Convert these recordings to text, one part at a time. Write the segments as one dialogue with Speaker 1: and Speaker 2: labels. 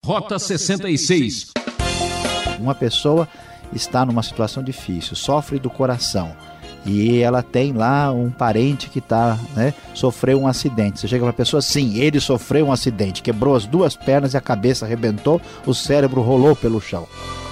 Speaker 1: Rota 66.
Speaker 2: Uma pessoa está numa situação difícil, sofre do coração, e ela tem lá um parente que sofreu um acidente. Você chega para a pessoa, sim, ele sofreu um acidente, quebrou as duas pernas e a cabeça arrebentou, o cérebro rolou pelo chão.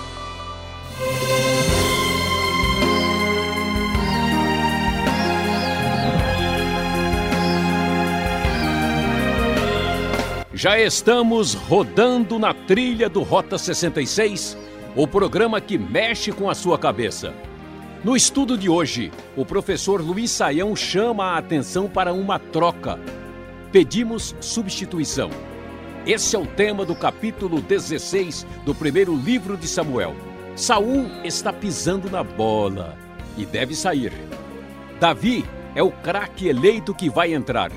Speaker 1: Já estamos rodando na trilha do Rota 66, o programa que mexe com a sua cabeça. No estudo de hoje, o professor Luiz Saião chama a atenção para uma troca. Pedimos substituição. Esse é o tema do capítulo 16 do primeiro livro de Samuel. Saul está pisando na bola e deve sair. Davi é o craque eleito que vai entrar.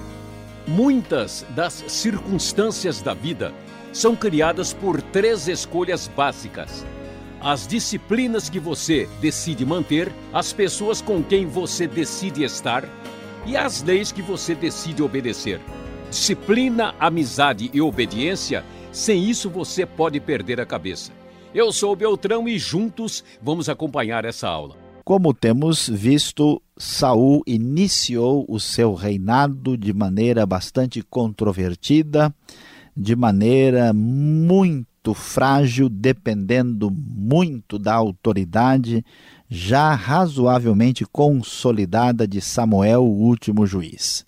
Speaker 1: Muitas das circunstâncias da vida são criadas por 3 escolhas básicas: as disciplinas que você decide manter, as pessoas com quem você decide estar e as leis que você decide obedecer. Disciplina, amizade e obediência, sem isso você pode perder a cabeça. Eu sou o Beltrão e juntos vamos acompanhar essa aula.
Speaker 2: Como temos visto, Saul iniciou o seu reinado de maneira bastante controvertida, de maneira muito frágil, dependendo muito da autoridade já razoavelmente consolidada de Samuel, o último juiz.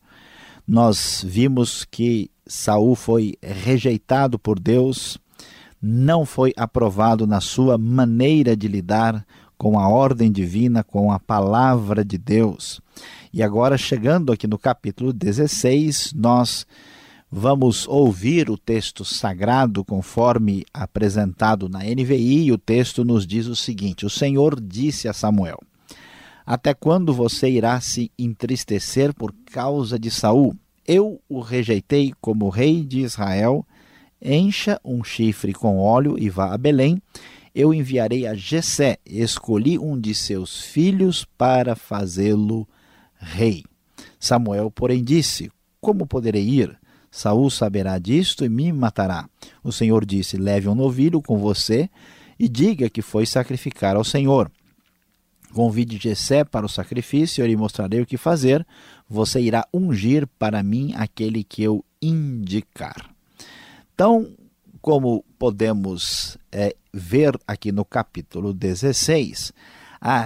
Speaker 2: Nós vimos que Saul foi rejeitado por Deus, não foi aprovado na sua maneira de lidar com a ordem divina, com a palavra de Deus. E agora, chegando aqui no capítulo 16, nós vamos ouvir o texto sagrado conforme apresentado na NVI, e o texto nos diz o seguinte: o Senhor disse a Samuel: até quando você irá se entristecer por causa de Saul? Eu o rejeitei como rei de Israel. Encha um chifre com óleo e vá a Belém. Eu enviarei a Jessé, escolhi um de seus filhos para fazê-lo rei. Samuel, porém, disse: como poderei ir? Saul saberá disto e me matará. O Senhor disse: leve um novilho com você e diga que foi sacrificar ao Senhor. Convide Jessé para o sacrifício, eu lhe mostrarei o que fazer. Você irá ungir para mim aquele que eu indicar. Então, como podemos ver aqui no capítulo 16, a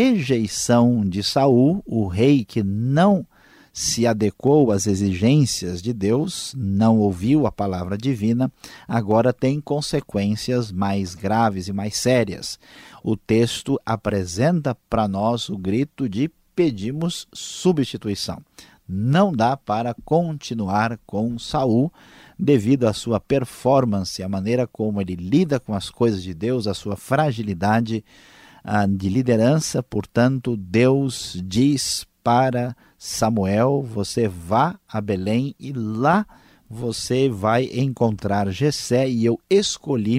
Speaker 2: rejeição de Saul, o rei que não se adequou às exigências de Deus, não ouviu a palavra divina, agora tem consequências mais graves e mais sérias. O texto apresenta para nós o grito de pedimos substituição. Não dá para continuar com Saul devido à sua performance, a maneira como ele lida com as coisas de Deus, a sua fragilidade de liderança. Portanto, Deus diz para Samuel: você vá a Belém e lá você vai encontrar Jessé, e eu escolhi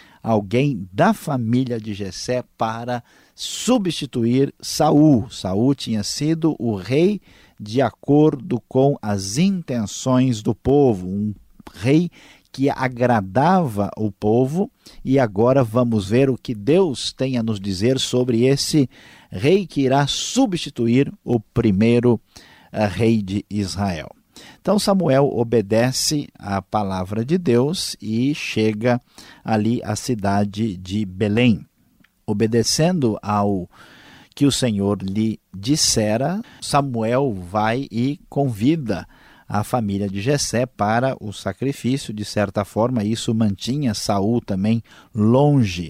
Speaker 2: alguém da família de Jessé para substituir Saul. Saul tinha sido o rei de acordo com as intenções do povo, um rei que agradava o povo, e agora vamos ver o que Deus tem a nos dizer sobre esse rei que irá substituir o primeiro rei de Israel. Então Samuel obedece à palavra de Deus e chega ali à cidade de Belém. Obedecendo ao que o Senhor lhe dissera, Samuel vai e convida a família de Jessé para o sacrifício. De certa forma, isso mantinha Saul também longe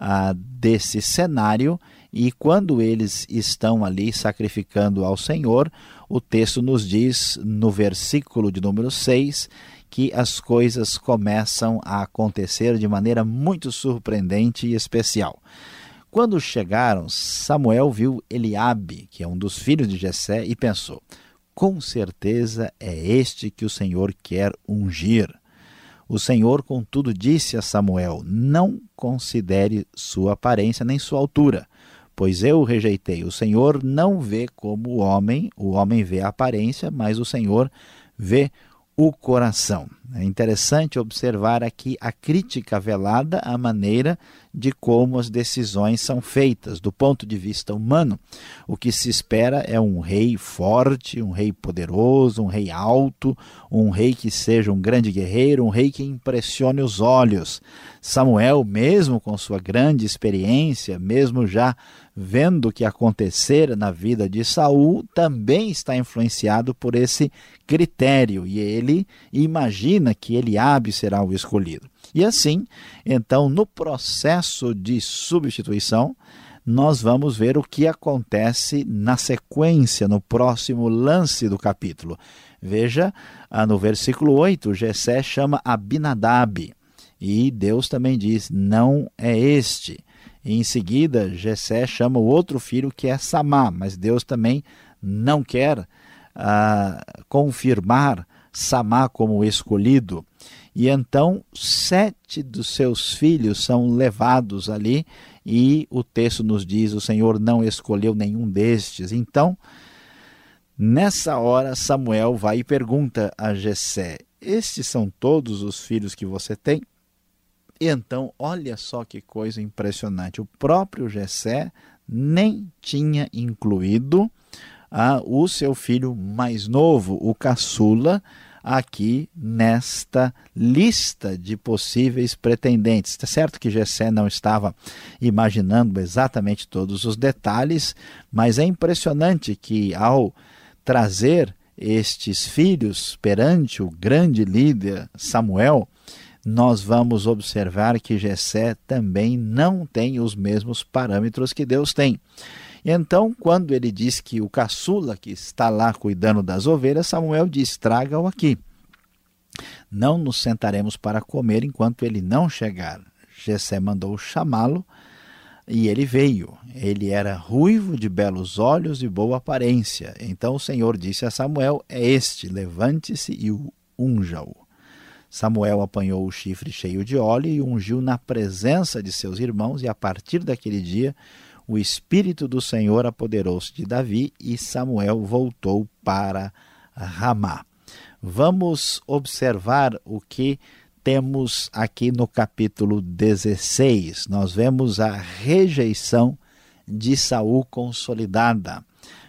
Speaker 2: desse cenário, e quando eles estão ali sacrificando ao Senhor, o texto nos diz, no versículo de número 6, que as coisas começam a acontecer de maneira muito surpreendente e especial. Quando chegaram, Samuel viu Eliabe, que é um dos filhos de Jessé, e pensou: com certeza é este que o Senhor quer ungir. O Senhor, contudo, disse a Samuel: não considere sua aparência nem sua altura, pois eu o rejeitei. O Senhor não vê como o homem vê a aparência, mas o Senhor vê o coração. É interessante observar aqui a crítica velada à maneira de como as decisões são feitas. Do ponto de vista humano, o que se espera é um rei forte, um rei poderoso, um rei alto, um rei que seja um grande guerreiro, um rei que impressione os olhos. Samuel, mesmo com sua grande experiência, mesmo já vendo o que acontecera na vida de Saul, também está influenciado por esse critério, e ele imagina que Eliabe será o escolhido. E assim, então, no processo de substituição, nós vamos ver o que acontece na sequência, no próximo lance do capítulo. Veja, no versículo 8, Jessé chama Abinadab, e Deus também diz, não é este. E em seguida, Jessé chama o outro filho, que é Samá, mas Deus também não quer confirmar Samá como escolhido. E então 7 dos seus filhos são levados ali, e o texto nos diz, o Senhor não escolheu nenhum destes. Então, nessa hora, Samuel vai e pergunta a Jessé, estes são todos os filhos que você tem? E então, olha só que coisa impressionante, o próprio Jessé nem tinha incluído o seu filho mais novo, o caçula, aqui nesta lista de possíveis pretendentes. Está certo que Jessé não estava imaginando exatamente todos os detalhes, mas é impressionante que ao trazer estes filhos perante o grande líder Samuel, nós vamos observar que Jessé também não tem os mesmos parâmetros que Deus tem. Então, quando ele diz que o caçula que está lá cuidando das ovelhas, Samuel diz, traga-o aqui. Não nos sentaremos para comer enquanto ele não chegar. Jessé mandou chamá-lo e ele veio. Ele era ruivo, de belos olhos e boa aparência. Então o Senhor disse a Samuel, é este, levante-se e unja-o. Samuel apanhou o chifre cheio de óleo e ungiu na presença de seus irmãos, e a partir daquele dia o Espírito do Senhor apoderou-se de Davi e Samuel voltou para Ramá. Vamos observar o que temos aqui no capítulo 16. Nós vemos a rejeição de Saul consolidada.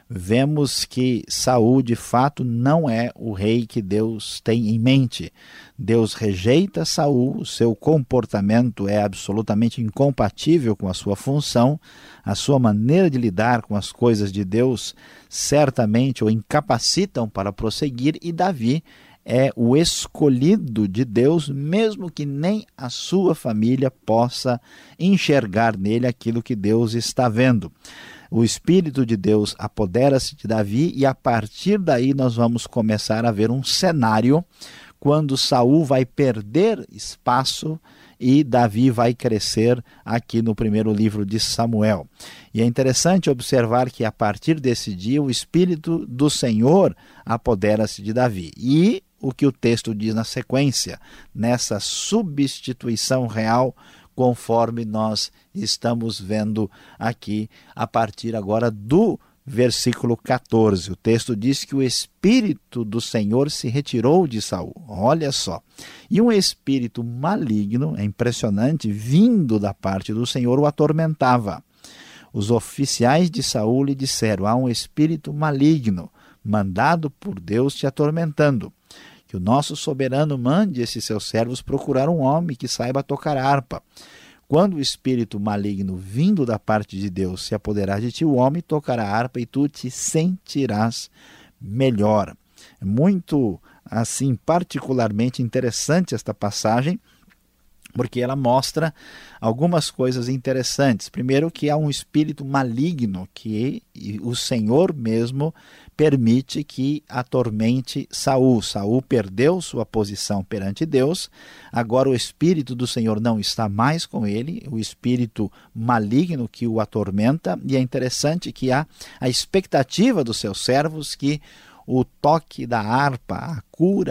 Speaker 2: Vemos que Saul, de fato, não é o rei que Deus tem em mente. Deus rejeita Saul, o seu comportamento é absolutamente incompatível com a sua função, a sua maneira de lidar com as coisas de Deus certamente o incapacitam para prosseguir, e Davi é o escolhido de Deus, mesmo que nem a sua família possa enxergar nele aquilo que Deus está vendo. O Espírito de Deus apodera-se de Davi, e a partir daí nós vamos começar a ver um cenário quando Saul vai perder espaço e Davi vai crescer aqui no primeiro livro de Samuel. E é interessante observar que a partir desse dia o Espírito do Senhor apodera-se de Davi. E o que o texto diz na sequência, nessa substituição real, conforme nós estamos vendo aqui a partir agora do versículo 14. O texto diz que o Espírito do Senhor se retirou de Saul. Olha só. E um espírito maligno, é impressionante, vindo da parte do Senhor, o atormentava. Os oficiais de Saul lhe disseram, há um espírito maligno, mandado por Deus te atormentando. Que o nosso soberano mande esses seus servos procurar um homem que saiba tocar harpa. Quando o espírito maligno vindo da parte de Deus se apoderar de ti, o homem tocará harpa e tu te sentirás melhor. É muito, assim, particularmente interessante esta passagem, porque ela mostra algumas coisas interessantes. Primeiro, que há um espírito maligno que o Senhor mesmo permite que atormente Saul. Saul perdeu sua posição perante Deus, agora o Espírito do Senhor não está mais com ele, o espírito maligno que o atormenta, e é interessante que há a expectativa dos seus servos que o toque da harpa, a cura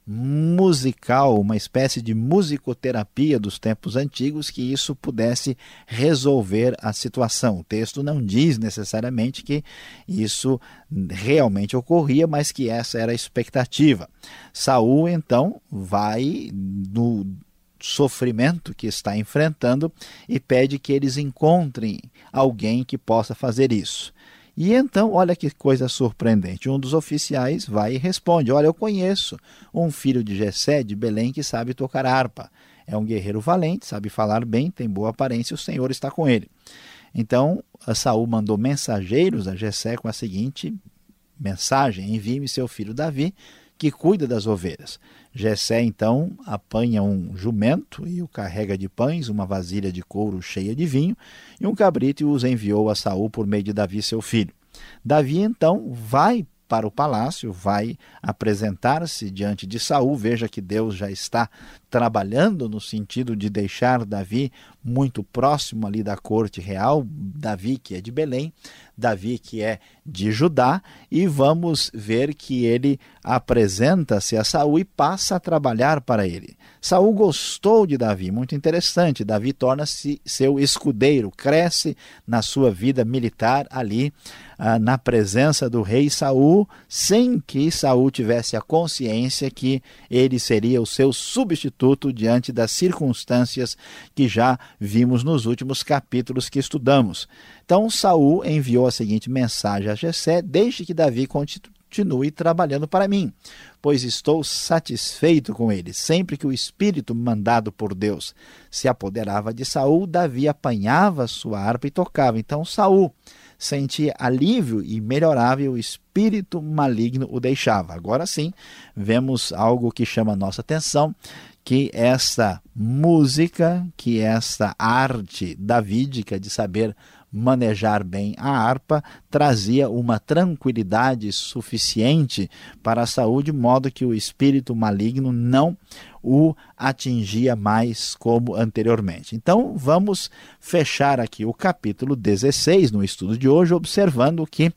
Speaker 2: musical, uma espécie de musicoterapia dos tempos antigos, que isso pudesse resolver a situação. O texto não diz necessariamente que isso realmente ocorria, mas que essa era a expectativa. Saul, então, vai no sofrimento que está enfrentando e pede que eles encontrem alguém que possa fazer isso. E então, olha que coisa surpreendente, um dos oficiais vai e responde: olha, eu conheço um filho de Jessé de Belém que sabe tocar harpa. É um guerreiro valente, sabe falar bem, tem boa aparência, o Senhor está com ele. Então, Saul mandou mensageiros a Jessé com a seguinte mensagem: envie-me seu filho Davi, que cuida das ovelhas. Jessé então apanha um jumento e o carrega de pães, uma vasilha de couro cheia de vinho e um cabrito, e os enviou a Saul por meio de Davi, seu filho. Davi então vai para o palácio, vai apresentar-se diante de Saul. Veja que Deus já está trabalhando no sentido de deixar Davi muito próximo ali da corte real, Davi que é de Belém, Davi que é de Judá, e vamos ver que ele apresenta-se a Saul e passa a trabalhar para ele. Saul gostou de Davi, muito interessante. Davi torna-se seu escudeiro, cresce na sua vida militar ali na presença do rei Saul, sem que Saul tivesse a consciência que ele seria o seu substituto diante das circunstâncias que já vimos nos últimos capítulos que estudamos. Então Saul enviou a seguinte mensagem a Jessé: deixe que Davi continue trabalhando para mim, pois estou satisfeito com ele. Sempre que o espírito mandado por Deus se apoderava de Saul, Davi apanhava sua harpa e tocava. Então Saul sentia alívio e melhorava, e o espírito maligno o deixava. Agora sim, vemos algo que chama a nossa atenção, que essa música, que essa arte davídica de saber manejar bem a harpa, trazia uma tranquilidade suficiente para Saul, de modo que o espírito maligno não o atingia mais como anteriormente. Então vamos fechar aqui o capítulo 16 no estudo de hoje, observando que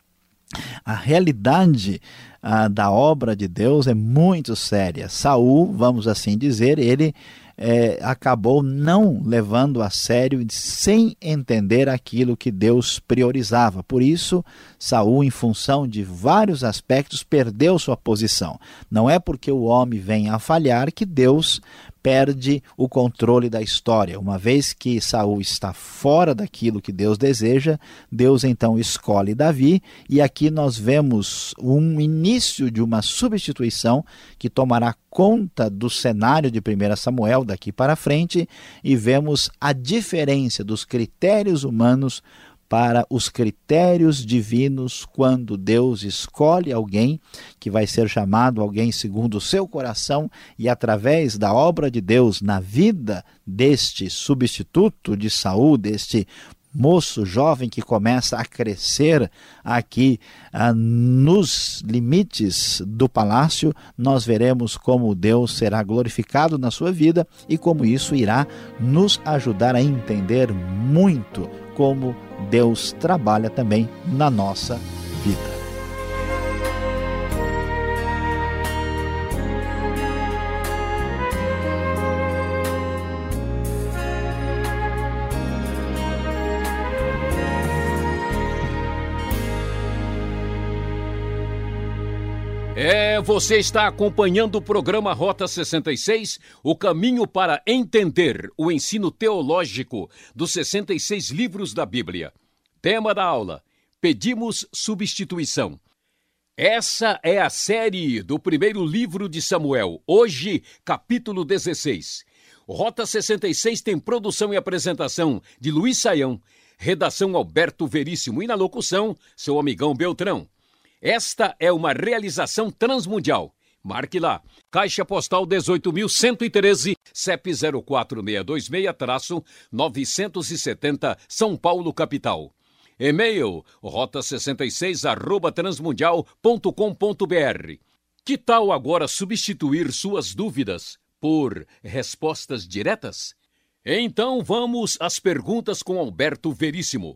Speaker 2: a realidade da obra de Deus é muito séria. Saul, vamos assim dizer, ele acabou não levando a sério, sem entender aquilo que Deus priorizava. Por isso, Saul, em função de vários aspectos, perdeu sua posição. Não é porque o homem vem a falhar que Deus perde o controle da história. Uma vez que Saul está fora daquilo que Deus deseja, Deus então escolhe Davi, e aqui nós vemos um início de uma substituição que tomará conta do cenário de 1 Samuel daqui para frente, e vemos a diferença dos critérios humanos para os critérios divinos, quando Deus escolhe alguém que vai ser chamado alguém segundo o seu coração, e através da obra de Deus na vida deste substituto de Saul, deste moço jovem que começa a crescer aqui nos limites do palácio, nós veremos como Deus será glorificado na sua vida e como isso irá nos ajudar a entender muito como Deus trabalha também na nossa vida.
Speaker 1: Você está acompanhando o programa Rota 66, o caminho para entender o ensino teológico dos 66 livros da Bíblia. Tema da aula: pedimos substituição. Essa é a série do primeiro livro de Samuel, hoje capítulo 16. Rota 66 tem produção e apresentação de Luiz Saião, redação Alberto Veríssimo e na locução, seu amigão Beltrão. Esta é uma realização transmundial. Marque lá, Caixa Postal 18.113, CEP 04626-970, São Paulo, capital. E-mail, rota66@transmundial.com.br. Que tal agora substituir suas dúvidas por respostas diretas? Então vamos às perguntas com Alberto Veríssimo.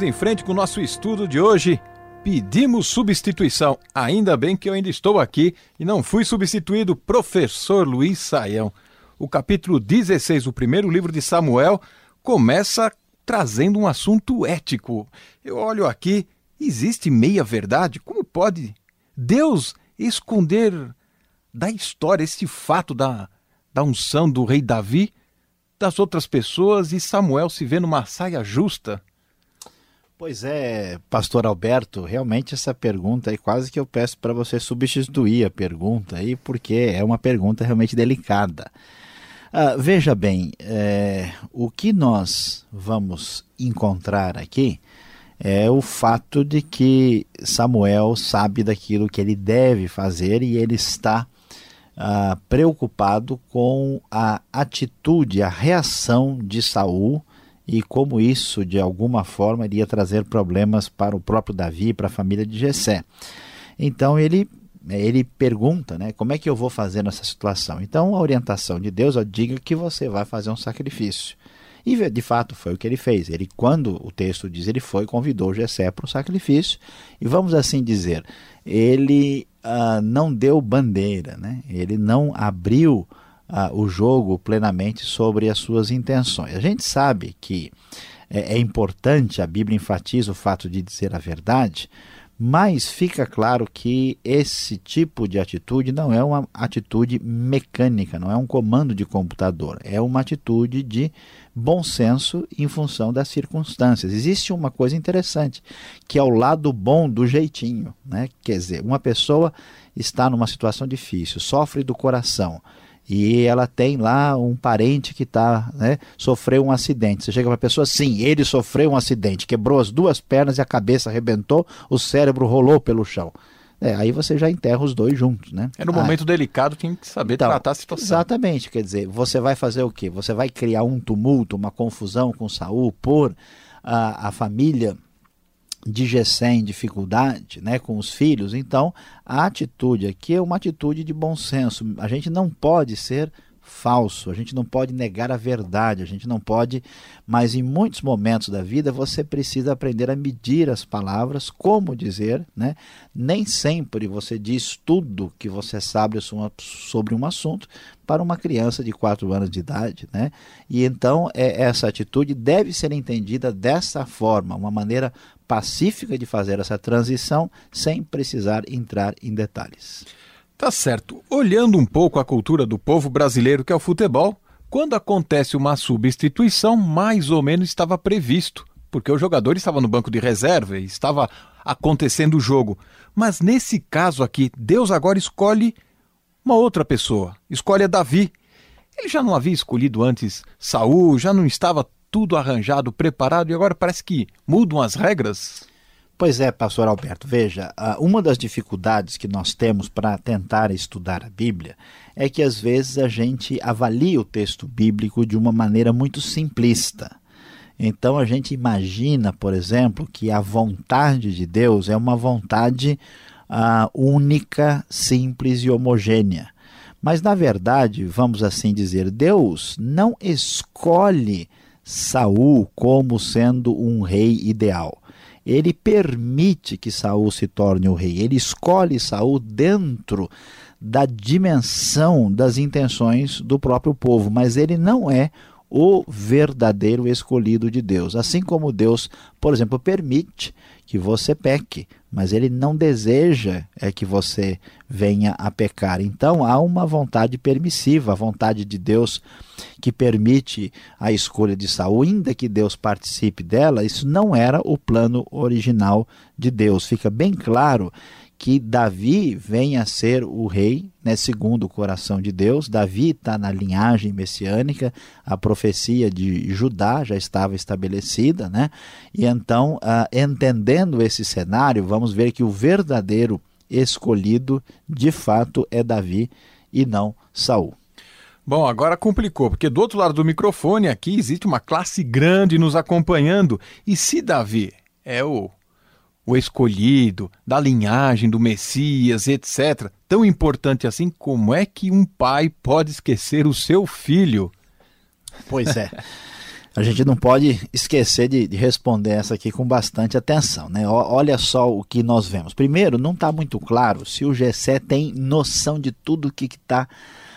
Speaker 3: em frente com o nosso estudo de hoje. Pedimos substituição. Ainda bem que eu ainda estou aqui e não fui substituído. Professor Luiz Saião. O capítulo 16, o primeiro livro de Samuel, começa trazendo um assunto ético. Eu olho aqui, existe meia-verdade? Como pode Deus esconder da história este fato da unção do rei Davi das outras pessoas e Samuel se vê numa saia justa?
Speaker 2: Pois é, pastor Alberto, realmente essa pergunta aí quase que eu peço para você substituir a pergunta aí, porque é uma pergunta realmente delicada. Veja bem, o que nós vamos encontrar aqui é o fato de que Samuel sabe daquilo que ele deve fazer e ele está preocupado com a atitude, a reação de Saul e como isso de alguma forma iria trazer problemas para o próprio Davi e para a família de Jessé. Então ele pergunta, né, como é que eu vou fazer nessa situação? Então a orientação de Deus diga que você vai fazer um sacrifício. E de fato foi o que ele fez. Ele, quando o texto diz, ele foi e convidou Jessé para o sacrifício. E vamos assim dizer, ele não deu bandeira, né? Ele não abriu o jogo plenamente sobre as suas intenções. A gente sabe que é importante, a Bíblia enfatiza o fato de dizer a verdade, mas fica claro que esse tipo de atitude não é uma atitude mecânica, não é um comando de computador, é uma atitude de bom senso em função das circunstâncias. Existe uma coisa interessante, que é o lado bom do jeitinho, né? Quer dizer, uma pessoa está numa situação difícil, sofre do coração, e ela tem lá um parente que sofreu um acidente. Você chega para a pessoa, sim, ele sofreu um acidente, quebrou as duas pernas e a cabeça arrebentou, o cérebro rolou pelo chão. Aí você já enterra os dois juntos, né?
Speaker 3: É no momento delicado, tem que saber tratar a situação.
Speaker 2: Exatamente, quer dizer, você vai fazer o quê? Você vai criar um tumulto, uma confusão com Saul, pôr a família de Jessé em dificuldade, né, com os filhos. Então a atitude aqui é uma atitude de bom senso. A gente não pode ser falso, a gente não pode negar a verdade, a gente não pode, mas em muitos momentos da vida você precisa aprender a medir as palavras, como dizer, né? Nem sempre você diz tudo que você sabe sobre um assunto para uma criança de 4 anos de idade, né? E então essa atitude deve ser entendida dessa forma, uma maneira pacífica de fazer essa transição sem precisar entrar em detalhes.
Speaker 3: Tá certo. Olhando um pouco a cultura do povo brasileiro, que é o futebol, quando acontece uma substituição, mais ou menos estava previsto, porque o jogador estava no banco de reserva e estava acontecendo o jogo. Mas nesse caso aqui, Deus agora escolhe uma outra pessoa, escolhe a Davi. Ele já não havia escolhido antes Saul, já não estava tudo arranjado, preparado, e agora parece que mudam as regras?
Speaker 2: Pois é, pastor Alberto, veja, uma das dificuldades que nós temos para tentar estudar a Bíblia é que às vezes a gente avalia o texto bíblico de uma maneira muito simplista. Então a gente imagina, por exemplo, que a vontade de Deus é uma vontade única, simples e homogênea. Mas na verdade, vamos assim dizer, Deus não escolhe Saul como sendo um rei ideal. Ele permite que Saul se torne o rei. Ele escolhe Saul dentro da dimensão das intenções do próprio povo, mas ele não é o verdadeiro escolhido de Deus. Assim como Deus, por exemplo, permite que você peque, mas ele não deseja que você venha a pecar. Então há uma vontade permissiva, a vontade de Deus que permite a escolha de Saul, ainda que Deus participe dela. Isso não era o plano original de Deus. Fica bem claro que Davi venha a ser o rei, né, segundo o coração de Deus. Davi está na linhagem messiânica, a profecia de Judá já estava estabelecida, né? E então, entendendo esse cenário, vamos ver que o verdadeiro escolhido, de fato, é Davi e não Saul.
Speaker 3: Bom, agora complicou, porque do outro lado do microfone aqui existe uma classe grande nos acompanhando, e se Davi é o escolhido, da linhagem do Messias, etc., tão importante assim, como é que um pai pode esquecer o seu filho?
Speaker 2: Pois é. A gente não pode esquecer de responder essa aqui com bastante atenção, né? Olha só o que nós vemos. Primeiro, não está muito claro se o Jessé tem noção de tudo que está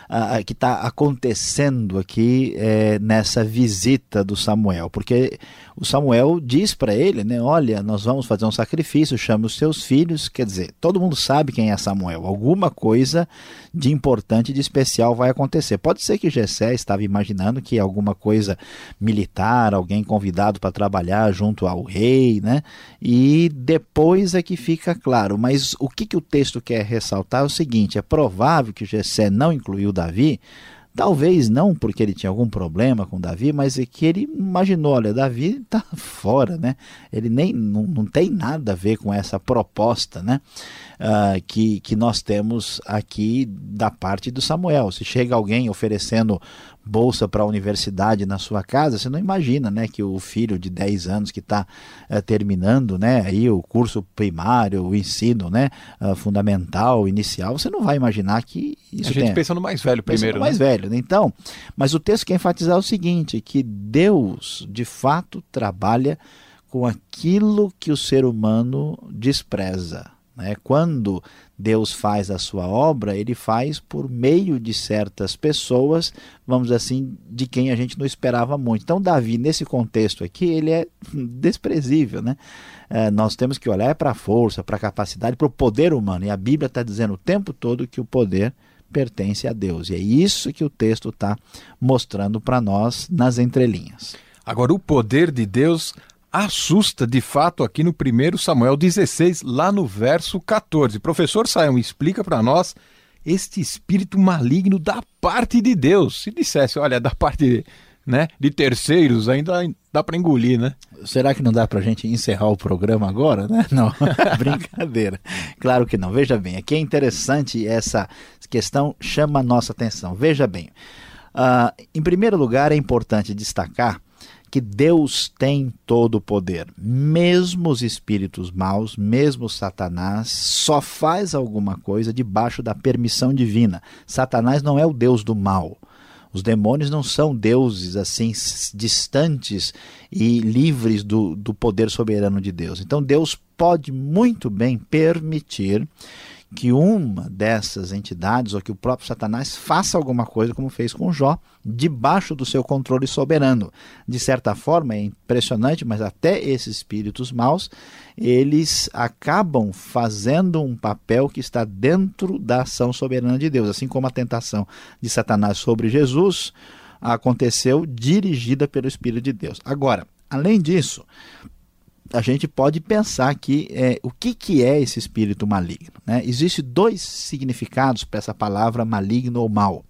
Speaker 2: acontecendo aqui nessa visita do Samuel, porque o Samuel diz para ele, né, olha, nós vamos fazer um sacrifício, chame os seus filhos, quer dizer, todo mundo sabe quem é Samuel, alguma coisa de importante, de especial vai acontecer. Pode ser que Jessé estava imaginando que alguma coisa militar, alguém convidado para trabalhar junto ao rei, né, e depois é que fica claro, mas o que o texto quer ressaltar é o seguinte, é provável que Jessé não incluiu Davi, talvez não porque ele tinha algum problema com Davi, mas é que ele imaginou, olha, Davi está fora, né? Ele não tem nada a ver com essa proposta, né? Que nós temos aqui da parte do Samuel. Se chega alguém oferecendo bolsa para a universidade na sua casa, você não imagina, né, que o filho de 10 anos que está terminando, né, aí o curso primário, o ensino, né, fundamental, inicial, você não vai imaginar que isso
Speaker 3: a gente pensa no mais velho primeiro,
Speaker 2: no mais velho, né? Então, mas o texto quer enfatizar o seguinte, que Deus de fato trabalha com aquilo que o ser humano despreza. Quando Deus faz a sua obra, ele faz por meio de certas pessoas, vamos dizer assim, de quem a gente não esperava muito. Então Davi, nesse contexto aqui, ele é desprezível, né? Nós temos que olhar para a força, para a capacidade, para o poder humano, e a Bíblia está dizendo o tempo todo que o poder pertence a Deus, e é isso que o texto está mostrando para nós nas entrelinhas.
Speaker 3: Agora, o poder de Deus assusta de fato aqui no 1 Samuel 16, lá no verso 14. Professor Sayão, explica para nós este espírito maligno da parte de Deus. Se dissesse, olha, da parte, né, de terceiros, ainda dá para engolir, né?
Speaker 2: Será que não dá para a gente encerrar o programa agora, né? Não, brincadeira. Claro que não. Veja bem, aqui é interessante, essa questão chama a nossa atenção. Veja bem, em primeiro lugar é importante destacar que Deus tem todo o poder. Mesmo os espíritos maus, mesmo Satanás, só faz alguma coisa debaixo da permissão divina. Satanás não é o Deus do mal. Os demônios não são deuses assim distantes e livres do poder soberano de Deus. Então Deus pode muito bem permitir que uma dessas entidades, ou que o próprio Satanás faça alguma coisa, como fez com Jó, debaixo do seu controle soberano. De certa forma, é impressionante, mas até esses espíritos maus, eles acabam fazendo um papel que está dentro da ação soberana de Deus. Assim como a tentação de Satanás sobre Jesus aconteceu dirigida pelo Espírito de Deus. Agora, além disso, a gente pode pensar que o que é esse espírito maligno, né? Existem dois significados para essa palavra maligno ou mal.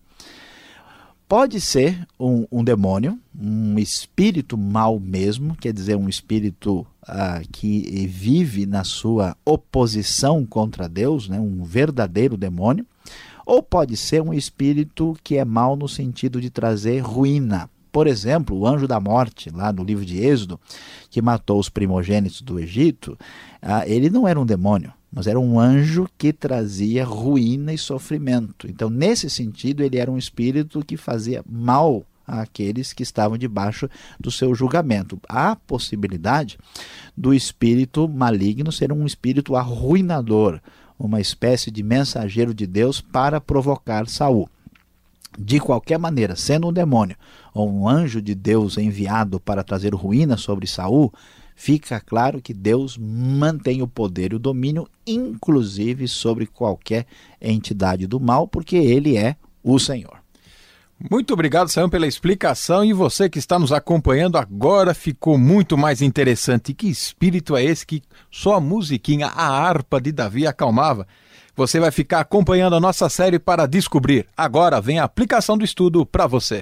Speaker 2: Pode ser um demônio, um espírito mau mesmo, quer dizer, um espírito que vive na sua oposição contra Deus, né? Um verdadeiro demônio, ou pode ser um espírito que é mau no sentido de trazer ruína. Por exemplo, o anjo da morte, lá no livro de Êxodo, que matou os primogênitos do Egito, ele não era um demônio, mas era um anjo que trazia ruína e sofrimento. Então, nesse sentido, ele era um espírito que fazia mal àqueles que estavam debaixo do seu julgamento. Há possibilidade do espírito maligno ser um espírito arruinador, uma espécie de mensageiro de Deus para provocar Saul. De qualquer maneira, sendo um demônio ou um anjo de Deus enviado para trazer ruína sobre Saul, fica claro que Deus mantém o poder e o domínio, inclusive sobre qualquer entidade do mal, porque ele é o Senhor.
Speaker 3: Muito obrigado, Sayão, pela explicação, e você que está nos acompanhando agora ficou muito mais interessante. Que espírito é esse que só a musiquinha, a harpa de Davi acalmava? Você vai ficar acompanhando a nossa série para descobrir. Agora vem a aplicação do estudo para você.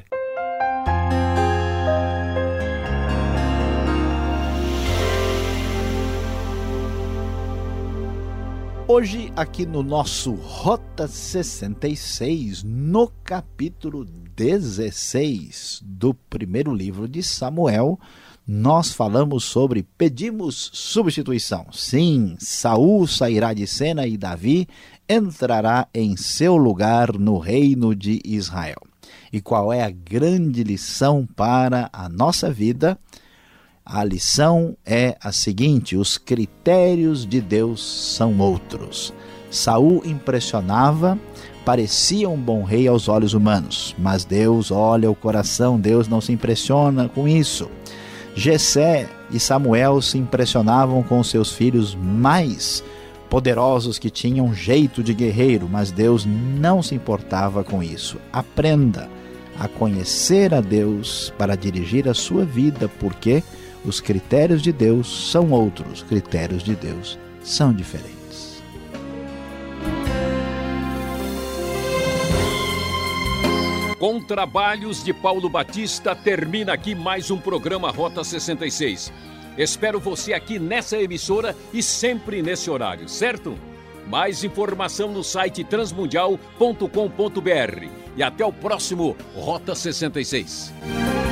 Speaker 2: Hoje, aqui no nosso Rota 66, no capítulo 16 do primeiro livro de Samuel, nós falamos sobre pedimos substituição. Sim, Saul sairá de cena e Davi entrará em seu lugar no reino de Israel. E qual é a grande lição para a nossa vida? A lição é a seguinte: os critérios de Deus são outros. Saul impressionava, parecia um bom rei aos olhos humanos, mas Deus olha o coração, Deus não se impressiona com isso. Jessé e Samuel se impressionavam com seus filhos mais poderosos que tinham jeito de guerreiro, mas Deus não se importava com isso. Aprenda a conhecer a Deus para dirigir a sua vida, porque os critérios de Deus são outros, os critérios de Deus são diferentes.
Speaker 1: Com trabalhos de Paulo Batista, termina aqui mais um programa Rota 66. Espero você aqui nessa emissora e sempre nesse horário, certo? Mais informação no site transmundial.com.br. E até o próximo Rota 66.